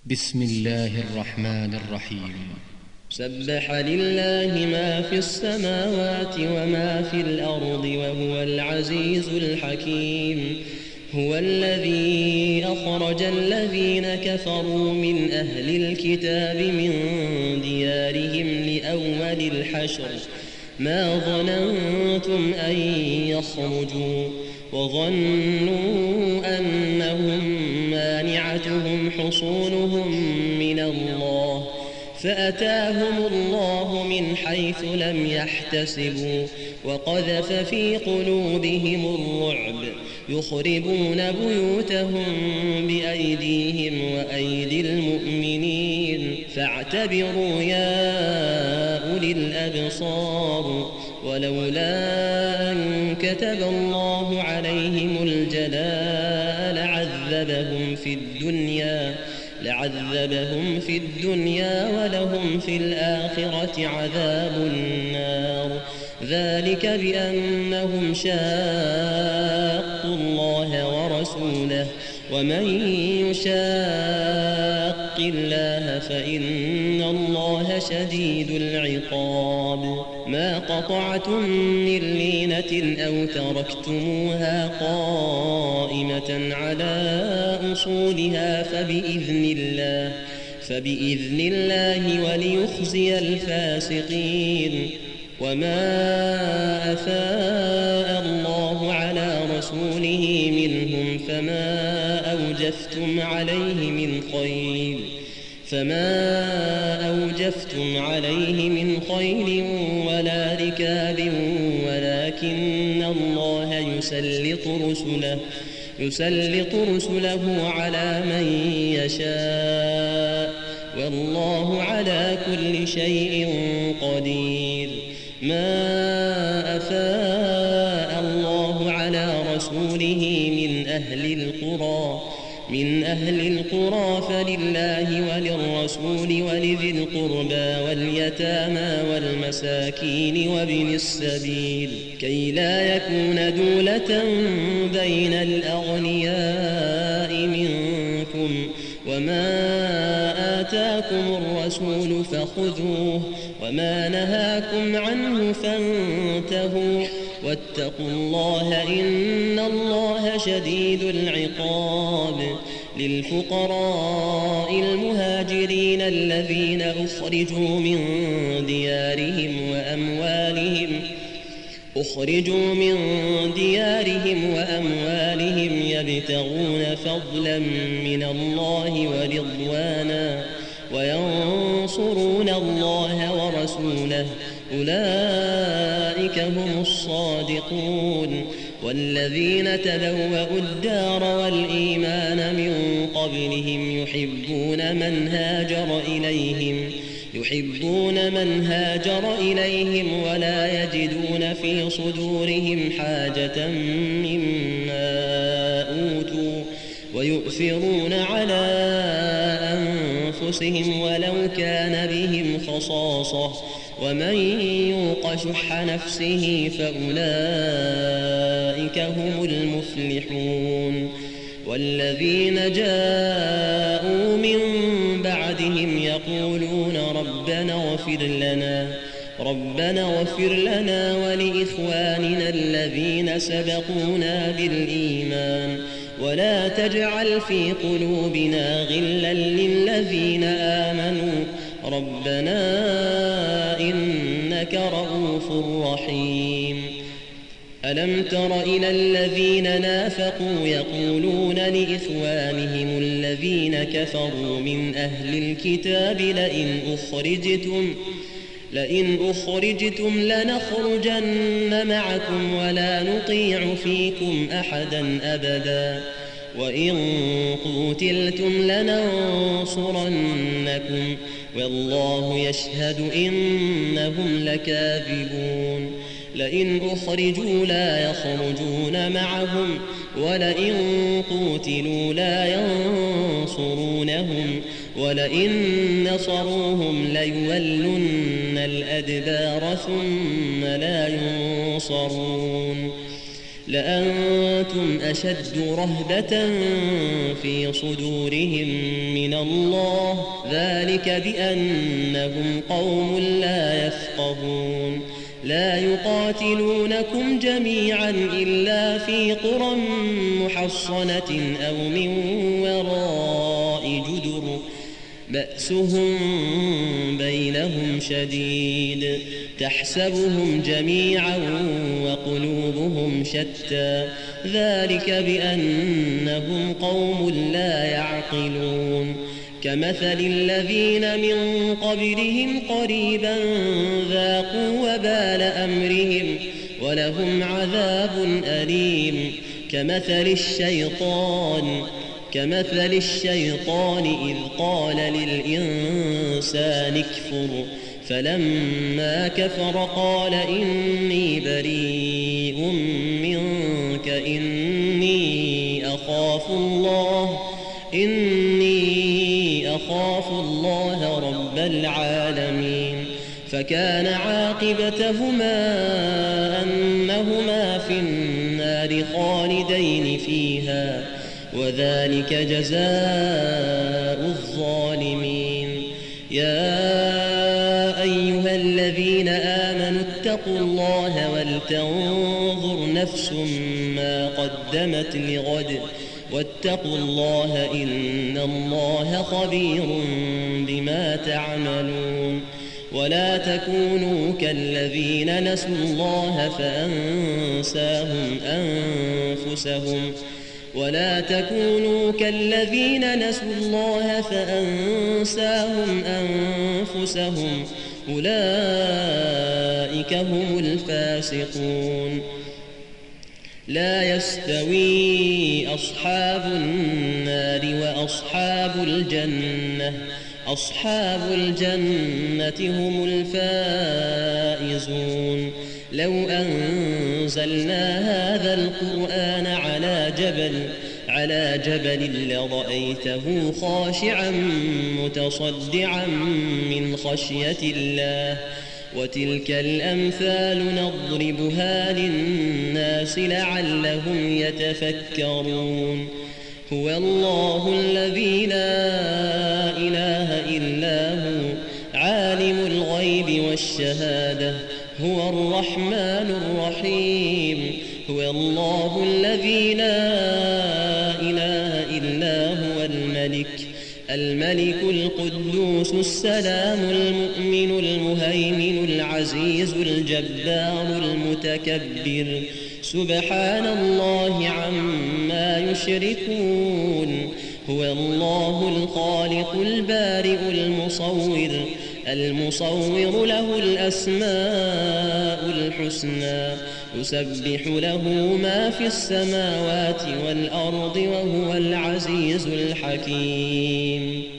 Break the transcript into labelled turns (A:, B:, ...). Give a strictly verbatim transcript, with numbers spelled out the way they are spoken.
A: بسم الله الرحمن الرحيم.
B: سبح لله ما في السماوات وما في الأرض وهو العزيز الحكيم. هو الذي أخرج الذين كفروا من أهل الكتاب من ديارهم لأول الحشر ما ظننتم أن يخرجوا وظنوا أنهم مانعتهم حصونهم من الله فأتاهم الله من حيث لم يحتسبوا وقذف في قلوبهم الرعب يخربون بيوتهم بأيديهم وأيدي المؤمنين فاعتبروا يا أولي الأبصار. ولولا أن كتب الله عليهم الجلاء لعذبهم في الدنيا لعذبهم في الدنيا ولهم في الآخرة عذاب النار. ذلك بأنهم شاقوا الله ورسوله ومن يشاق الله فإن الله شديد العقاب. ما قطعتم من لينة أو تركتموها قائمة على أصولها فبإذن الله فبإذن الله وليخزي الفاسقين. وما أفاء الله على رسوله منهم فما أوجفتم عليه من خيل فما أوجفتم عليه من خيل ولا ركاب ولكن الله يسلط رسله يسلط رسله على من يشاء والله على كل شيء قدير. ما أفاء الله على رسوله من أهل القرى من أهل القرى فلله وللرسول ولذي القربى واليتامى والمساكين وابن السبيل كي لا يكون دولة بين الأغنياء منكم. وما آتاكم الرسول فخذوه وما نهاكم عنه فانتهوا واتقوا الله إن الله شديد العقاب. للفقراء المهاجرين الذين أخرجوا من ديارهم وأموالهم أخرجوا من ديارهم وأموالهم يبتغون فضلا من الله ورضوانا وينصرون الله ورسوله أولئك هم الصادقون. والذين تبوأوا الدار والإيمان من قبلهم يحبون من هاجر إليهم يحبون من هاجر إليهم ولا يجدون في صدورهم حاجة مما أوتوا ويؤثرون على أنفسهم ولو كان بهم خصاصة ومن يوق شح نفسه فأولئك هم المفلحون. والذين جاءوا من بعدهم يقولون ربنا اغفر لنا ربنا اغفر لنا ولإخواننا الذين سبقونا بالإيمان ولا تجعل في قلوبنا غلا للذين آمنوا ربنا إنك رؤوف رحيم. ألم تر إلى الذين نافقوا يقولون لإخوانهم الذين كفروا من أهل الكتاب لئن أخرجتم لئن أخرجتم لنخرجن معكم ولا نطيع فيكم أحدا أبدا وإن قتلتم لننصرنكم والله يشهد إنهم لكاذبون. لئن أخرجوا لا يخرجون معهم ولئن قتلوا لا ينصرونهم ولئن نصروهم ليولن الأدبار ثم لا ينصرون. لأنتم أشد رهبة في صدورهم من الله، ذلك بأنهم قوم لا يفقهون. لا يقاتلونكم جميعا إلا في قرى محصنة أو من وراء جدر بأسهم بينهم شديد، تحسبهم جميعا وقلوبهم شتى، ذلك بأنهم قوم لا يعقلون. كمثل الذين من قبلهم قريبا ذاقوا وبال أمرهم ولهم عذاب أليم. كمثل الشيطان كمثل الشيطان إذ قال للإنسان اكفر فلما كفر قال إني بريء منك إني أخاف الله إني أخاف الله رب العالمين. فكان عاقبتهما أنهما في النار خالدين فيها، وذلك جزاء الظالمين. يا أيها الذين آمنوا اتقوا الله ولتنظر نفس ما قدمت لغد واتقوا الله إن الله خبير بما تعملون. ولا تكونوا كالذين نسوا الله فأنساهم أنفسهم ولا تكونوا كالذين نسوا الله فأنساهم أنفسهم أولئك هم الفاسقون. لا يستوي أصحاب النار وأصحاب الجنة أصحاب الجنة هم الفائزون. لو أنزلنا هذا القرآن على جبل على جبل لرأيته خاشعا متصدعا من خشية الله. وتلك الأمثال نضربها للناس لعلهم يتفكرون. هو الله الذي لا إله إلا هو عالم الغيب والشهادة هو الرحمن الرحيم. هو الله الذي لا إله إلا هو الملك الملك القدوس السلام المؤمن المهيمن العزيز الجبار المتكبر سبحان الله عما يشركون. هو الله الخالق البارئ المصور المصور له الأسماء الحسنى يسبح له ما في السماوات والأرض وهو العزيز الحكيم.